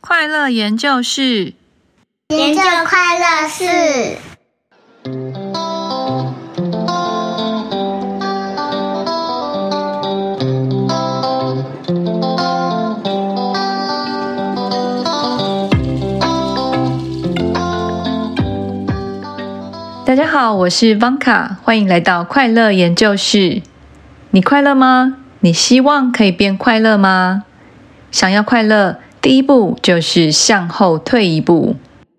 快乐研究室， 研究快乐事。 大家好，我是 Vanka， 欢迎来到快乐研究室。你快乐吗？你希望可以变快乐吗？想要快乐，第一步就是向后退一步。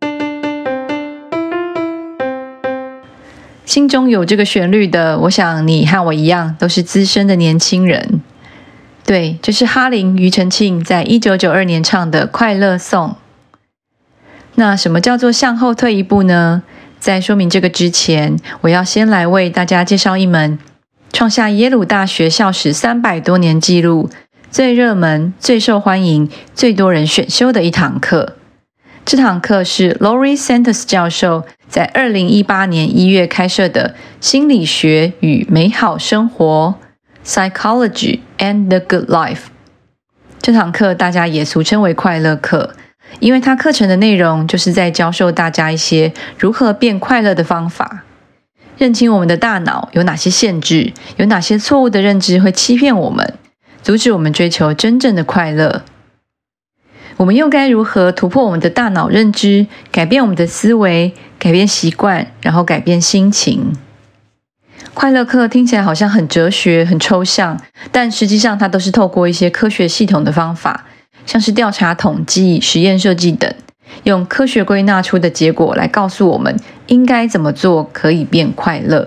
心中有这个旋律的，我想你和我一样，都是资深的年轻人。对，这是哈林、庾澄庆在1992年唱的《快乐颂》。那什么叫做向后退一步呢？在说明这个之前，我要先来为大家介绍一门创下耶鲁大学校史300多年纪录、最热门、最受欢迎、最多人选修的一堂课。这堂课是 Laurie Santos 教授在2018年1月开设的心理学与美好生活 Psychology and the Good Life。 这堂课大家也俗称为快乐课，因为它课程的内容就是在教授大家一些如何变快乐的方法，认清我们的大脑有哪些限制，有哪些错误的认知会欺骗我们，阻止我们追求真正的快乐。我们又该如何突破我们的大脑认知，改变我们的思维，改变习惯，然后改变心情？快乐课听起来好像很哲学、很抽象，但实际上它都是透过一些科学系统的方法，像是调查统计、实验设计等，用科学归纳出的结果来告诉我们应该怎么做可以变快乐。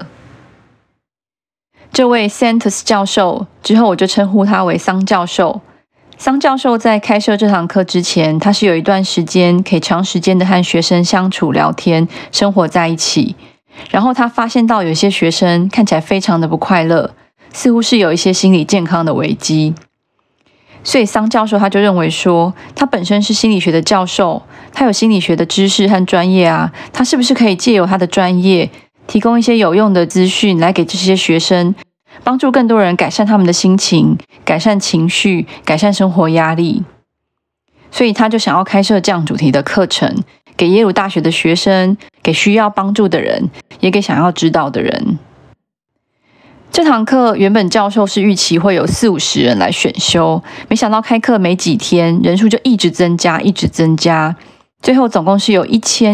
这位 Santos 教授，之后我就称呼他为桑教授。桑教授在开设这堂课之前，他是有一段时间可以长时间的和学生相处聊天，生活在一起。然后他发现到有些学生看起来非常的不快乐，似乎是有一些心理健康的危机。所以桑教授他就认为说，他本身是心理学的教授，他有心理学的知识和专业啊，他是不是可以借由他的专业，提供一些有用的资讯来给这些学生，帮助更多人改善他们的心情，改善情绪，改善生活压力。所以他就想要开设这样主题的课程，给耶鲁大学的学生，给需要帮助的人，也给想要知道的人。这堂课原本教授是预期会有40-50人来选修，没想到开课没几天，人数就一直增加，一直增加，最后总共是有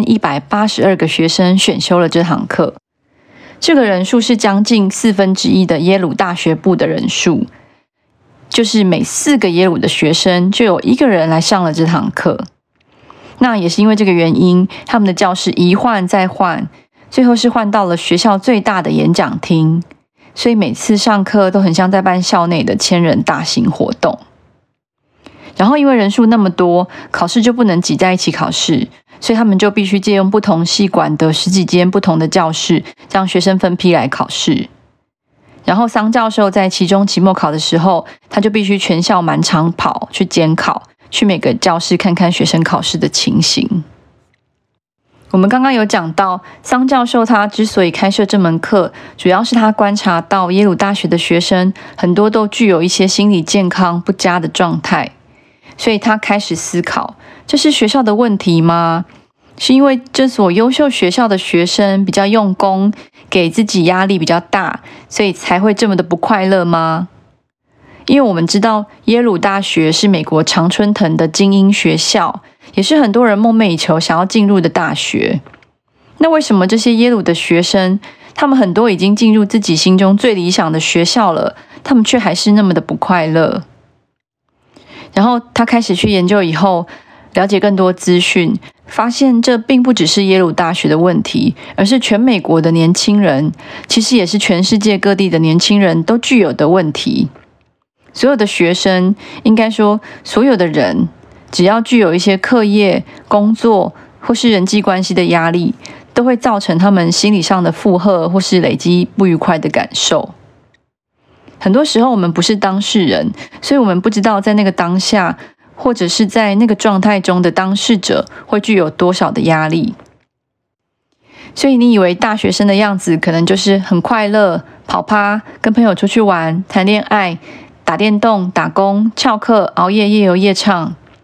1182个学生选修了这堂课。这个人数是将近1/4的耶鲁大学部的人数，就是每4个耶鲁的学生就有1个人来上了这堂课。那也是因为这个原因，他们的教室一换再换，最后是换到了学校最大的演讲厅，所以每次上课都很像在办校内的1000人大型活动。然后因为人数那么多，考试就不能挤在一起考试，所以他们就必须借用不同系馆的10几间不同的教室，让学生分批来考试。然后桑教授在期中、期末考的时候，他就必须全校满场跑去监考，去每个教室看看学生考试的情形。我们刚刚有讲到，桑教授他之所以开设这门课，主要是他观察到耶鲁大学的学生很多都具有一些心理健康不佳的状态，所以他开始思考，这是学校的问题吗？是因为这所优秀学校的学生比较用功，给自己压力比较大，所以才会这么的不快乐吗？因为我们知道耶鲁大学是美国常春藤的精英学校，也是很多人梦寐以求想要进入的大学。那为什么这些耶鲁的学生，他们很多已经进入自己心中最理想的学校了，他们却还是那么的不快乐？然后他开始去研究以后，了解更多资讯，发现这并不只是耶鲁大学的问题，而是全美国的年轻人，其实也是全世界各地的年轻人都具有的问题。所有的学生，应该说所有的人，只要具有一些课业、工作或是人际关系的压力，都会造成他们心理上的负荷，或是累积不愉快的感受。很多时候我们不是当事人，所以我们不知道在那个当下，或者是在那个状态中的当事者会具有多少的压力。所以你以为大学生的样子可能就是很快乐，跑趴，跟朋友出去玩，谈恋爱，打电动，打工，翘课，熬夜，夜游夜唱。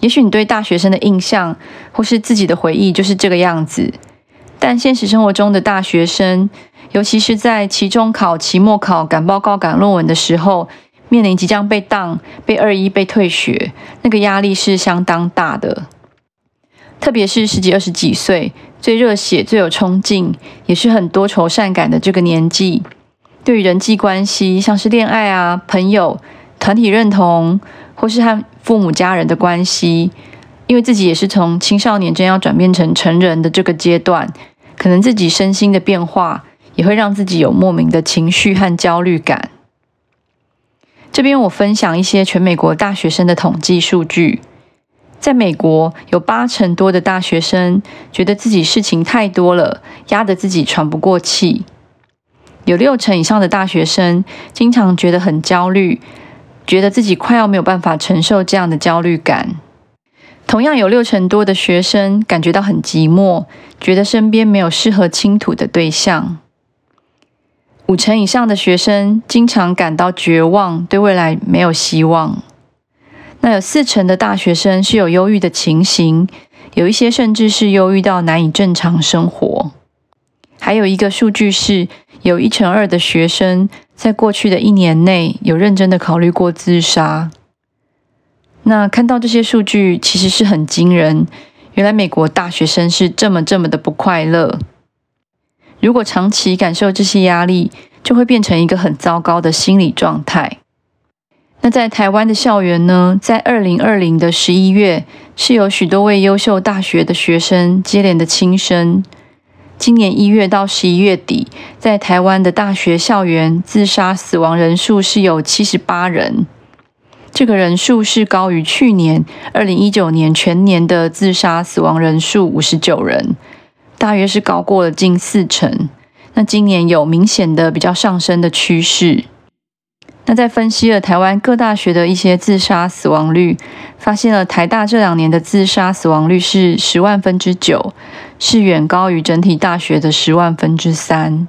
也许你对大学生的印象或是自己的回忆就是这个样子，但现实生活中的大学生，尤其是在期中考、期末考、赶报告、赶论文的时候，面临即将被当、被2-1、被退学，那个压力是相当大的。特别是10几、20几岁，最热血、最有冲劲，也是很多愁善感的这个年纪，对于人际关系，像是恋爱啊、朋友、团体认同，或是和父母家人的关系，因为自己也是从青少年正要转变成成人的这个阶段，可能自己身心的变化也会让自己有莫名的情绪和焦虑感。这边我分享一些全美国大学生的统计数据。在美国，有80%多的大学生觉得自己事情太多了，压得自己喘不过气。有60%以上的大学生经常觉得很焦虑，觉得自己快要没有办法承受这样的焦虑感。同样有60%多的学生感觉到很寂寞，觉得身边没有适合倾吐的对象。50%以上的学生经常感到绝望，对未来没有希望。那有40%的大学生是有忧郁的情形，有一些甚至是忧郁到难以正常生活。还有一个数据是，有1/2的学生在过去的1年内有认真的考虑过自杀。那看到这些数据其实是很惊人，原来美国大学生是这么的不快乐。如果长期感受这些压力，就会变成一个很糟糕的心理状态。那在台湾的校园呢，在2020的11月，是有许多位优秀大学的学生接连的轻生。今年1月到11月底，在台湾的大学校园自杀死亡人数是有78人，这个人数是高于去年2019年全年的自杀死亡人数59人，大约是高过了近40%。那今年有明显的比较上升的趋势。那在分析了台湾各大学的一些自杀死亡率，发现了台大这2年的自杀死亡率是10万分之9，是远高于整体大学的10万分之3。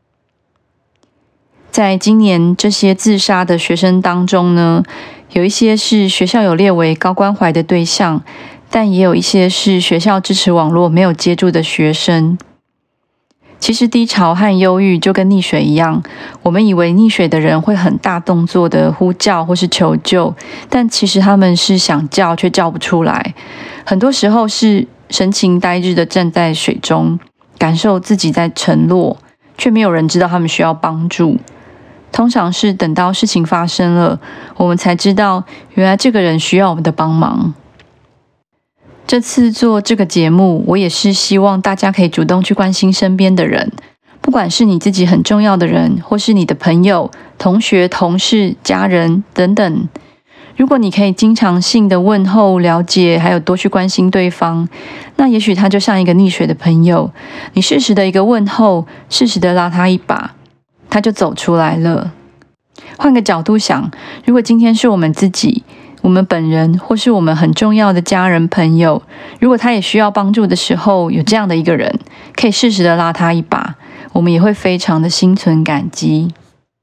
在今年这些自杀的学生当中呢，有一些是学校有列为高关怀的对象，但也有一些是学校支持网络没有接住的学生。其实低潮和忧郁就跟溺水一样，我们以为溺水的人会很大动作的呼叫或是求救，但其实他们是想叫却叫不出来，很多时候是神情呆滞的站在水中，感受自己在沉落，却没有人知道他们需要帮助。通常是等到事情发生了，我们才知道原来这个人需要我们的帮忙。这次做这个节目，我也是希望大家可以主动去关心身边的人，不管是你自己很重要的人，或是你的朋友、同学、同事、家人等等。如果你可以经常性的问候、了解，还有多去关心对方，那也许他就像一个溺水的朋友，你适时的一个问候，适时的拉他一把，他就走出来了。换个角度想，如果今天是我们自己，我们本人或是我们很重要的家人朋友，如果他也需要帮助的时候，有这样的一个人可以适时的拉他一把，我们也会非常的心存感激。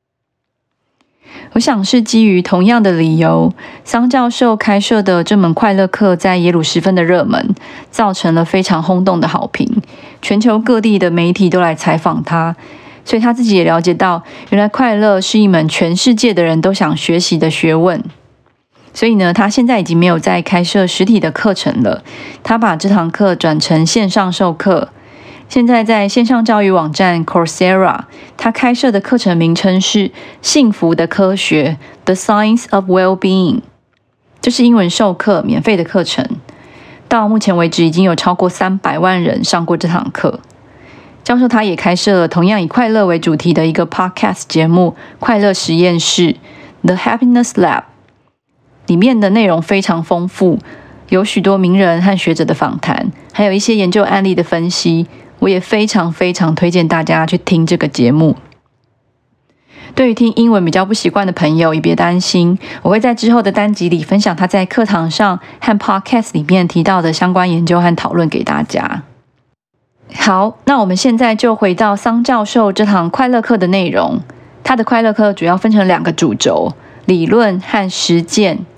我想是基于同样的理由，桑教授开设的这门快乐课在耶鲁十分的热门，造成了非常轰动的好评，全球各地的媒体都来采访他，所以他自己也了解到，原来快乐是一门全世界的人都想学习的学问。所以呢，他现在已经没有再开设实体的课程了，他把这堂课转成线上授课。现在在线上教育网站 Coursera， 他开设的课程名称是幸福的科学 The Science of Well-being， 这是英文授课免费的课程。到目前为止已经有超过300万人上过这堂课。教授他也开设了同样以快乐为主题的一个 podcast 节目快乐实验室 The Happiness Lab，里面的内容非常丰富，有许多名人和学者的访谈，还有一些研究案例的分析。我也非常推荐大家去听这个节目。对于听英文比较不习惯的朋友也别担心，我会在之后的单集里分享他在课堂上和 podcast 里面提到的相关研究和讨论给大家。好，那我们现在就回到桑教授这堂快乐课的内容。他的快乐课主要分成2个主轴，理论和实践。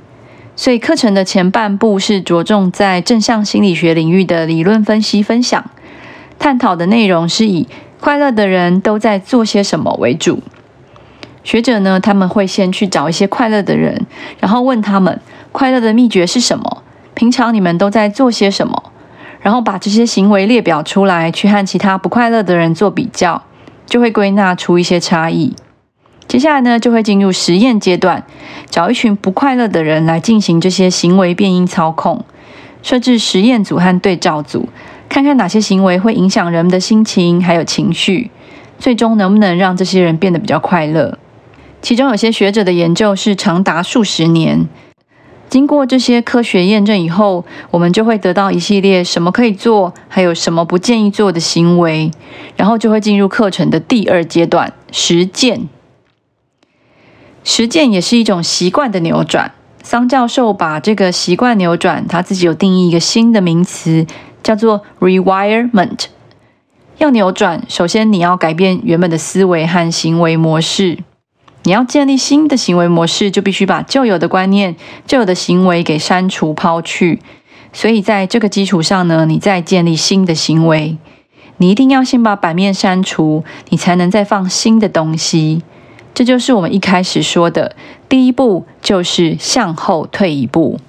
所以课程的前半部是着重在正向心理学领域的理论分析分享，探讨的内容是以快乐的人都在做些什么为主。学者呢，他们会先去找一些快乐的人，然后问他们快乐的秘诀是什么，平常你们都在做些什么，然后把这些行为列表出来，去和其他不快乐的人做比较，就会归纳出一些差异。接下来呢，就会进入实验阶段，找一群不快乐的人来进行这些行为变因操控，设置实验组和对照组，看看哪些行为会影响人们的心情还有情绪，最终能不能让这些人变得比较快乐。其中有些学者的研究是长达数十年，经过这些科学验证以后，我们就会得到一系列什么可以做，还有什么不建议做的行为，然后就会进入课程的第二阶段，实践。实践也是一种习惯的扭转。桑教授把这个习惯扭转，他自己有定义一个新的名词，叫做 rewirement。要扭转，首先你要改变原本的思维和行为模式。你要建立新的行为模式，就必须把旧有的观念、旧有的行为给删除抛去。所以在这个基础上呢，你再建立新的行为。你一定要先把版面删除，你才能再放新的东西。这就是我们一开始说的，第一步就是向后退一步。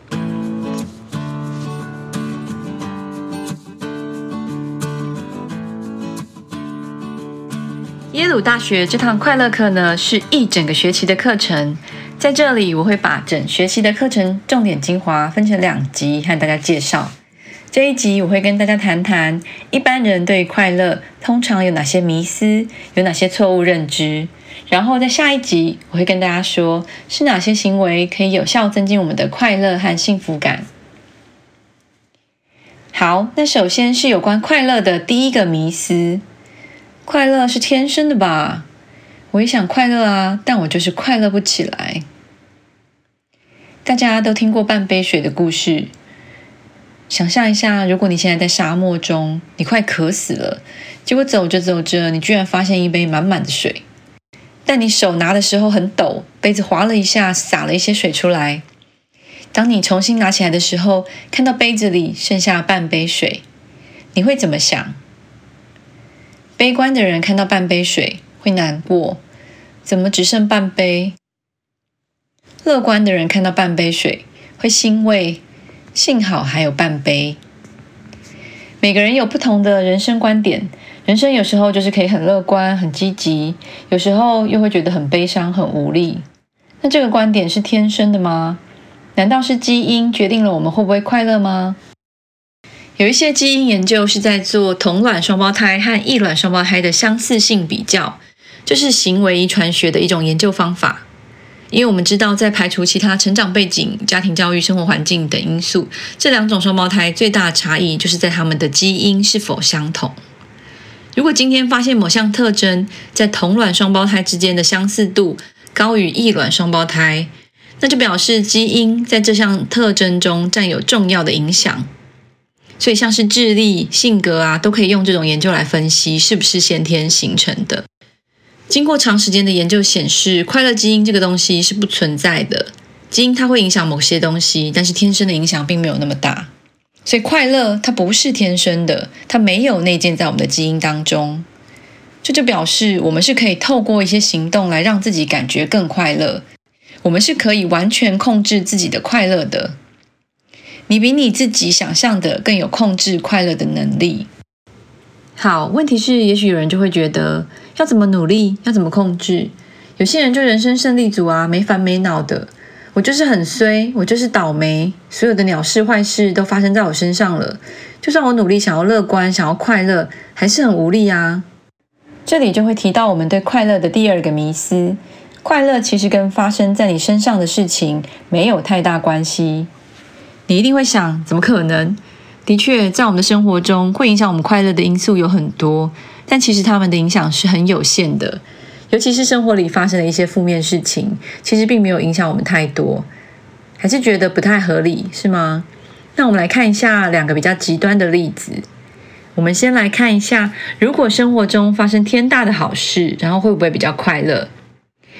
耶鲁大学这堂快乐课呢，是一整个学期的课程。在这里，我会把整学期的课程重点精华分成2集和大家介绍。这一集我会跟大家谈谈一般人对快乐通常有哪些迷思，有哪些错误认知。然后在下一集，我会跟大家说是哪些行为可以有效增进我们的快乐和幸福感。好，那首先是有关快乐的第一个迷思。快乐是天生的吧？我也想快乐啊，但我就是快乐不起来。大家都听过半杯水的故事。想象一下，如果你现在在沙漠中，你快渴死了，结果走着走着，你居然发现一杯满满的水。但你手拿的时候很抖，杯子滑了一下，洒了一些水出来。当你重新拿起来的时候，看到杯子里剩下半杯水，你会怎么想？悲观的人看到半杯水会难过，怎么只剩半杯？乐观的人看到半杯水会欣慰，幸好还有半杯。每个人有不同的人生观点，人生有时候就是可以很乐观很积极，有时候又会觉得很悲伤很无力。那这个观点是天生的吗？难道是基因决定了我们会不会快乐吗？有一些基因研究是在做同卵双胞胎和异卵双胞胎的相似性比较，这是行为遗传学的一种研究方法。因为我们知道，在排除其他成长背景、家庭教育、生活环境等因素，这2种双胞胎最大的差异就是在他们的基因是否相同。如果今天发现某项特征在同卵双胞胎之间的相似度高于异卵双胞胎，那就表示基因在这项特征中占有重要的影响。所以像是智力、性格啊，都可以用这种研究来分析是不是先天形成的。经过长时间的研究显示，快乐基因这个东西是不存在的。基因它会影响某些东西，但是天生的影响并没有那么大。所以快乐它不是天生的，它没有内建在我们的基因当中。这就表示我们是可以透过一些行动来让自己感觉更快乐。我们是可以完全控制自己的快乐的。你比你自己想象的更有控制快乐的能力。好，问题是也许有人就会觉得要怎么努力，要怎么控制。有些人就人生胜利组啊，没烦没恼的，我就是很衰，我就是倒霉，所有的鸟事坏事都发生在我身上了，就算我努力想要乐观，想要快乐，还是很无力啊。这里就会提到我们对快乐的第2个迷思，快乐其实跟发生在你身上的事情没有太大关系。你一定会想，怎么可能？的确，在我们的生活中，会影响我们快乐的因素有很多，但其实它们的影响是很有限的。尤其是生活里发生的一些负面事情，其实并没有影响我们太多。还是觉得不太合理，是吗？那我们来看一下2个比较极端的例子。我们先来看一下，如果生活中发生天大的好事，然后会不会比较快乐？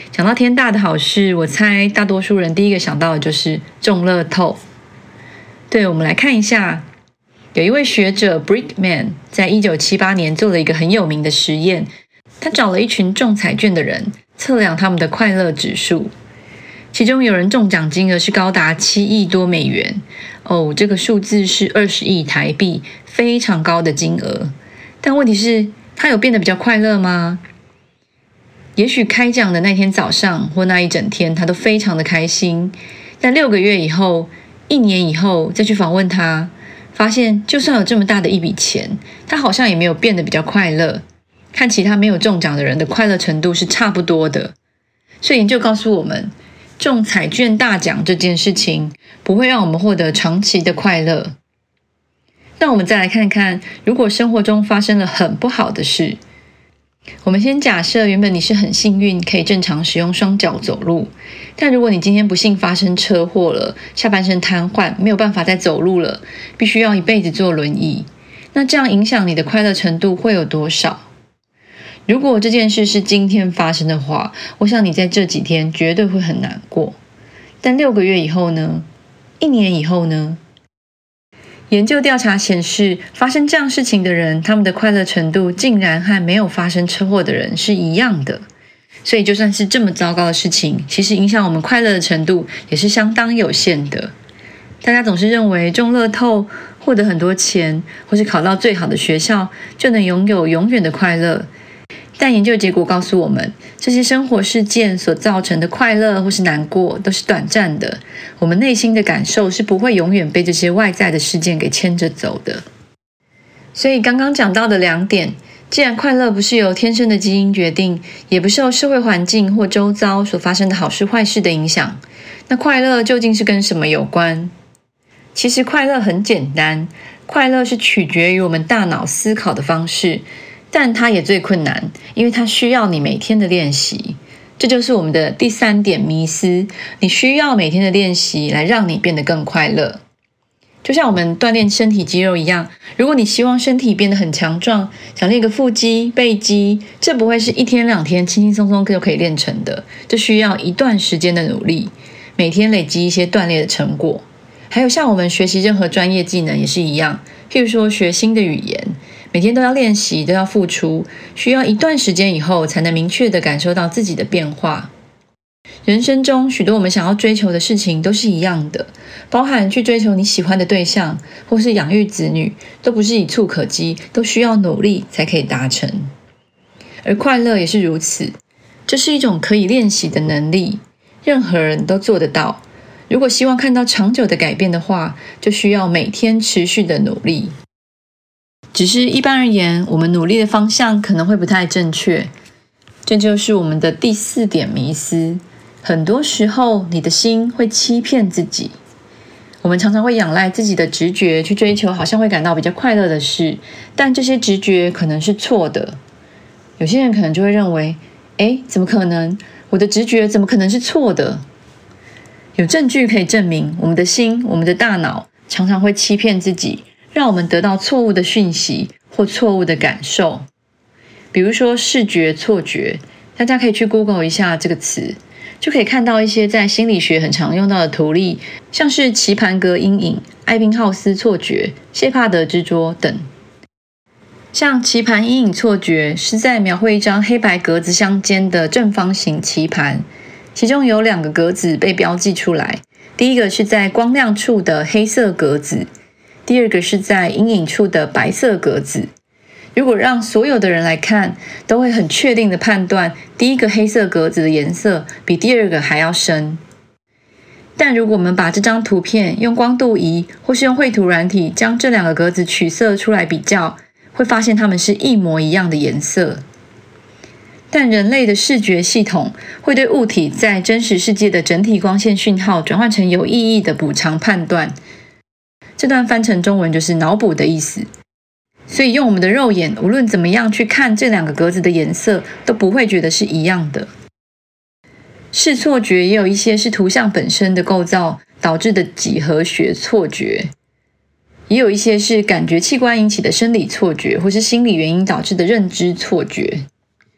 讲到天大的好事，我猜大多数人第一个想到的就是中乐透。对，我们来看一下，有一位学者 Brickman 在1978年做了一个很有名的实验，他找了一群中彩券的人，测量他们的快乐指数。其中有人中奖金额是高达7亿多美元，这个数字是20亿台币，非常高的金额。但问题是，他有变得比较快乐吗？也许开奖的那天早上或那一整天，他都非常的开心。但6个月以后、1年以后再去访问他，发现就算有这么大的一笔钱，他好像也没有变得比较快乐，和其他没有中奖的人的快乐程度是差不多的。所以研究告诉我们，中彩券大奖这件事情不会让我们获得长期的快乐。那我们再来看看，如果生活中发生了很不好的事，我们先假设原本你是很幸运可以正常使用双脚走路，但如果你今天不幸发生车祸了，下半身瘫痪，没有办法再走路了，必须要一辈子坐轮椅，那这样影响你的快乐程度会有多少？如果这件事是今天发生的话，我想你在这几天绝对会很难过。但6个月以后呢？1年以后呢？研究调查显示，发生这样事情的人，他们的快乐程度竟然和没有发生车祸的人是一样的。所以就算是这么糟糕的事情，其实影响我们快乐的程度也是相当有限的。大家总是认为中乐透、获得很多钱，或是考到最好的学校，就能拥有永远的快乐。但研究结果告诉我们，这些生活事件所造成的快乐或是难过都是短暂的，我们内心的感受是不会永远被这些外在的事件给牵着走的。所以刚刚讲到的2点，既然快乐不是由天生的基因决定，也不受社会环境或周遭所发生的好事坏事的影响，那快乐究竟是跟什么有关？其实快乐很简单，快乐是取决于我们大脑思考的方式，但它也最困难，因为它需要你每天的练习。这就是我们的第3点迷思，你需要每天的练习来让你变得更快乐。就像我们锻炼身体肌肉一样，如果你希望身体变得很强壮，想练个腹肌、背肌，这不会是1天2天轻轻松松就可以练成的，这需要一段时间的努力，每天累积一些锻炼的成果。还有像我们学习任何专业技能也是一样，譬如说学新的语言，每天都要练习，都要付出，需要一段时间以后才能明确地感受到自己的变化。人生中许多我们想要追求的事情都是一样的，包含去追求你喜欢的对象，或是养育子女，都不是一蹴可及，都需要努力才可以达成。而快乐也是如此，这是一种可以练习的能力，任何人都做得到。如果希望看到长久的改变的话，就需要每天持续的努力。只是一般而言，我们努力的方向可能会不太正确，这就是我们的第4点迷思。很多时候，你的心会欺骗自己。我们常常会仰赖自己的直觉去追求好像会感到比较快乐的事，但这些直觉可能是错的。有些人可能就会认为，怎么可能？我的直觉怎么可能是错的？有证据可以证明，我们的心、我们的大脑常常会欺骗自己，让我们得到错误的讯息或错误的感受。比如说视觉错觉，大家可以去 Google 一下这个词，就可以看到一些在心理学很常用到的图例，像是棋盘格阴影、艾宾浩斯错觉、谢帕德之桌等。像棋盘阴影错觉是在描绘一张黑白格子相间的正方形棋盘，其中有2个格子被标记出来，第一个是在光亮处的黑色格子，第二个是在阴影处的白色格子。如果让所有的人来看，都会很确定的判断第一个黑色格子的颜色比第2个还要深。但如果我们把这张图片用光度仪或是用绘图软体将这2个格子取色出来比较，会发现它们是一模一样的颜色。但人类的视觉系统会对物体在真实世界的整体光线讯号转换成有意义的补偿判断，这段翻成中文就是脑补的意思。所以用我们的肉眼无论怎么样去看这2个格子的颜色，都不会觉得是一样的。视错觉也有一些是图像本身的构造导致的几何学错觉，也有一些是感觉器官引起的生理错觉，或是心理原因导致的认知错觉。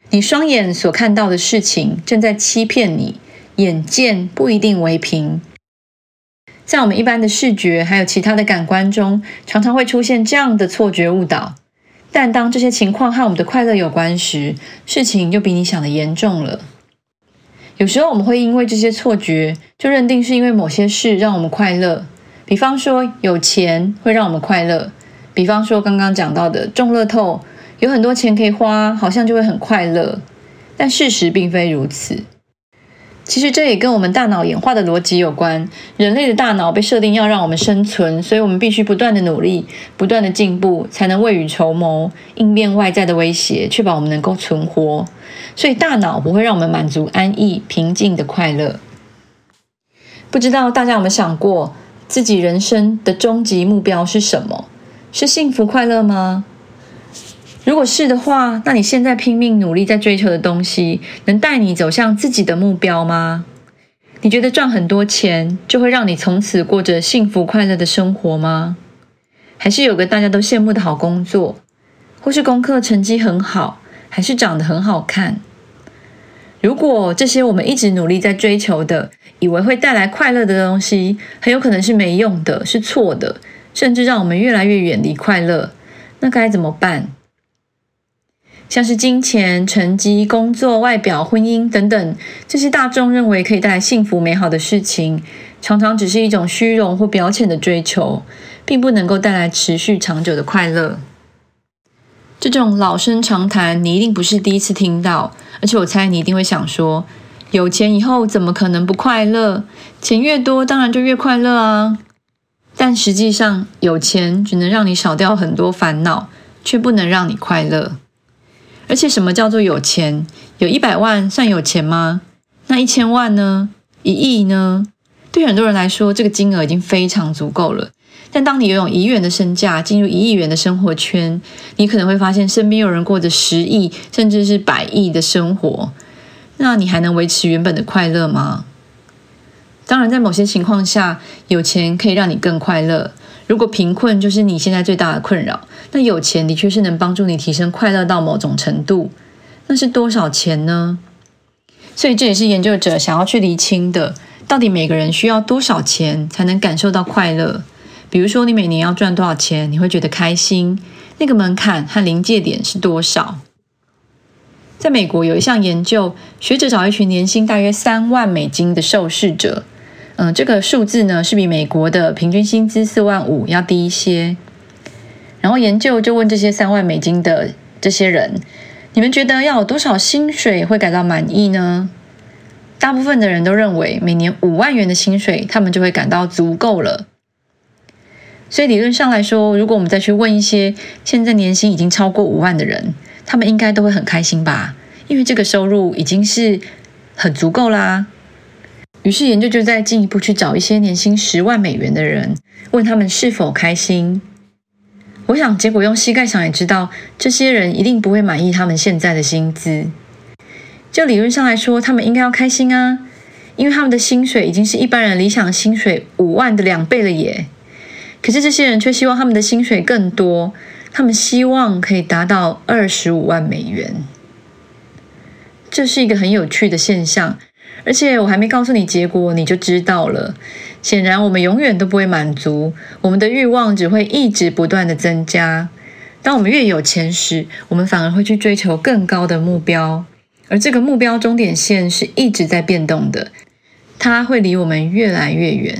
你双眼所看到的事情正在欺骗你，眼见不一定为凭。在我们一般的视觉还有其他的感官中，常常会出现这样的错觉误导。但当这些情况和我们的快乐有关时，事情就比你想的严重了。有时候我们会因为这些错觉，就认定是因为某些事让我们快乐。比方说有钱会让我们快乐，比方说刚刚讲到的中乐透，有很多钱可以花，好像就会很快乐。但事实并非如此。其实这也跟我们大脑演化的逻辑有关。人类的大脑被设定要让我们生存，所以我们必须不断的努力，不断的进步，才能未雨绸缪，应变外在的威胁，确保我们能够存活。所以大脑不会让我们满足安逸、平静的快乐。不知道大家有没有想过，自己人生的终极目标是什么？是幸福快乐吗？如果是的话，那你现在拼命努力在追求的东西，能带你走向自己的目标吗？你觉得赚很多钱就会让你从此过着幸福快乐的生活吗？还是有个大家都羡慕的好工作，或是功课成绩很好，还是长得很好看？如果这些我们一直努力在追求的，以为会带来快乐的东西，很有可能是没用的，是错的，甚至让我们越来越远离快乐，那该怎么办？像是金钱、成绩、工作、外表、婚姻等等，这些大众认为可以带来幸福美好的事情，常常只是一种虚荣或表浅的追求，并不能够带来持续长久的快乐。这种老生常谈你一定不是第一次听到，而且我猜你一定会想说，有钱以后怎么可能不快乐？钱越多当然就越快乐啊。但实际上，有钱只能让你少掉很多烦恼，却不能让你快乐。而且什么叫做有钱？有100万算有钱吗？那1000万呢？1亿呢？对很多人来说，这个金额已经非常足够了。但当你拥有1亿元的身价，进入1亿元的生活圈，你可能会发现身边有人过着10亿甚至是100亿的生活，那你还能维持原本的快乐吗？当然在某些情况下，有钱可以让你更快乐。如果贫困就是你现在最大的困扰，那有钱的确是能帮助你提升快乐到某种程度。那是多少钱呢？所以这也是研究者想要去厘清的，到底每个人需要多少钱才能感受到快乐？比如说你每年要赚多少钱你会觉得开心，那个门槛和临界点是多少？在美国有一项研究，学者找一群年薪大约3万美金的受试者，这个数字呢是比美国的平均薪资4万5要低一些。然后研究就问这些3万美金的这些人，你们觉得要有多少薪水会感到满意呢？大部分的人都认为每年5万元的薪水他们就会感到足够了。所以理论上来说，如果我们再去问一些现在年薪已经超过5万的人，他们应该都会很开心吧，因为这个收入已经是很足够啦。于是研究就再进一步去找一些年薪10万美元的人，问他们是否开心。我想结果用膝盖想也知道，这些人一定不会满意他们现在的薪资。就理论上来说，他们应该要开心啊，因为他们的薪水已经是一般人理想薪水5万的2倍了耶。可是这些人却希望他们的薪水更多，他们希望可以达到25万美元。这是一个很有趣的现象，而且我还没告诉你结果你就知道了。显然我们永远都不会满足，我们的欲望只会一直不断的增加。当我们越有钱时，我们反而会去追求更高的目标，而这个目标终点线是一直在变动的，它会离我们越来越远。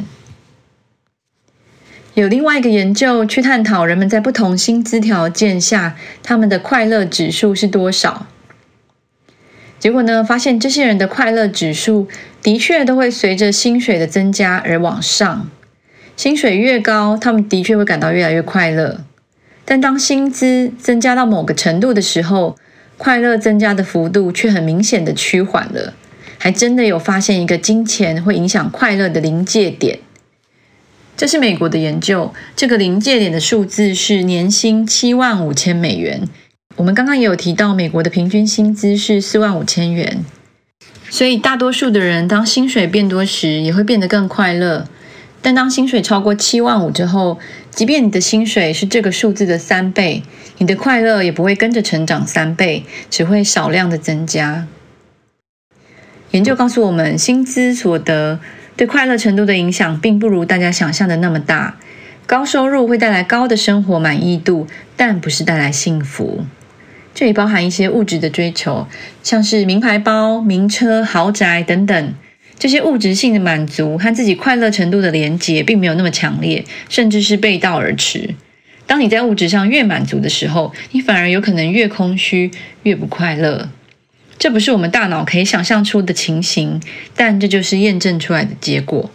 有另外一个研究去探讨人们在不同薪资条件下，他们的快乐指数是多少。结果呢，发现这些人的快乐指数的确都会随着薪水的增加而往上。薪水越高，他们的确会感到越来越快乐。但当薪资增加到某个程度的时候，快乐增加的幅度却很明显的趋缓了。还真的有发现一个金钱会影响快乐的临界点。这是美国的研究，这个临界点的数字是年薪75000美元。我们刚刚也有提到，美国的平均薪资是45000元。所以大多数的人当薪水变多时也会变得更快乐。 但当薪水超过75000之后，即便你的薪水是这个数字的3倍，你的快乐也不会跟着成长3倍，只会少量的增加。研究告诉我们，薪资所得对快乐程度的影响并不如大家想象的那么大。高收入会带来高的生活满意度，但不是带来幸福。这里包含一些物质的追求，像是名牌包、名车、豪宅等等。这些物质性的满足和自己快乐程度的连结并没有那么强烈，甚至是背道而驰。当你在物质上越满足的时候，你反而有可能越空虚，越不快乐。这不是我们大脑可以想象出的情形，但这就是验证出来的结果。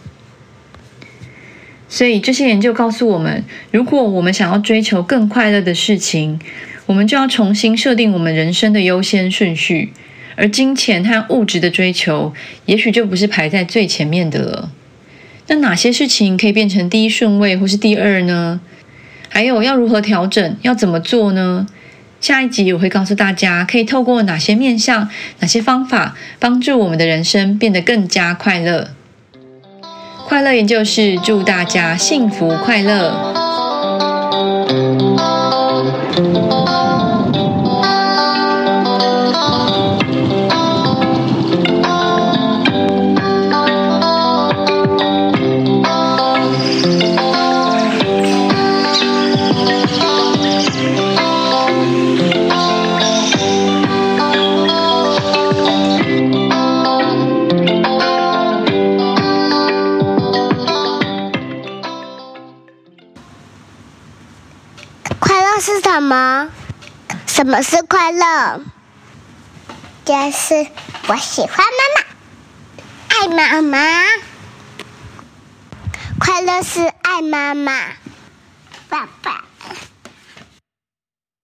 所以这些研究告诉我们，如果我们想要追求更快乐的事情，我们就要重新设定我们人生的优先顺序。而金钱和物质的追求也许就不是排在最前面的了。那哪些事情可以变成第一顺位或是第二呢？还有要如何调整，要怎么做呢？下一集我会告诉大家可以透过哪些面向、哪些方法帮助我们的人生变得更加快乐。快乐研究室祝大家幸福快乐。 是什么？什么是快乐？就是我喜欢妈妈，爱妈妈。快乐是爱妈妈，爸爸。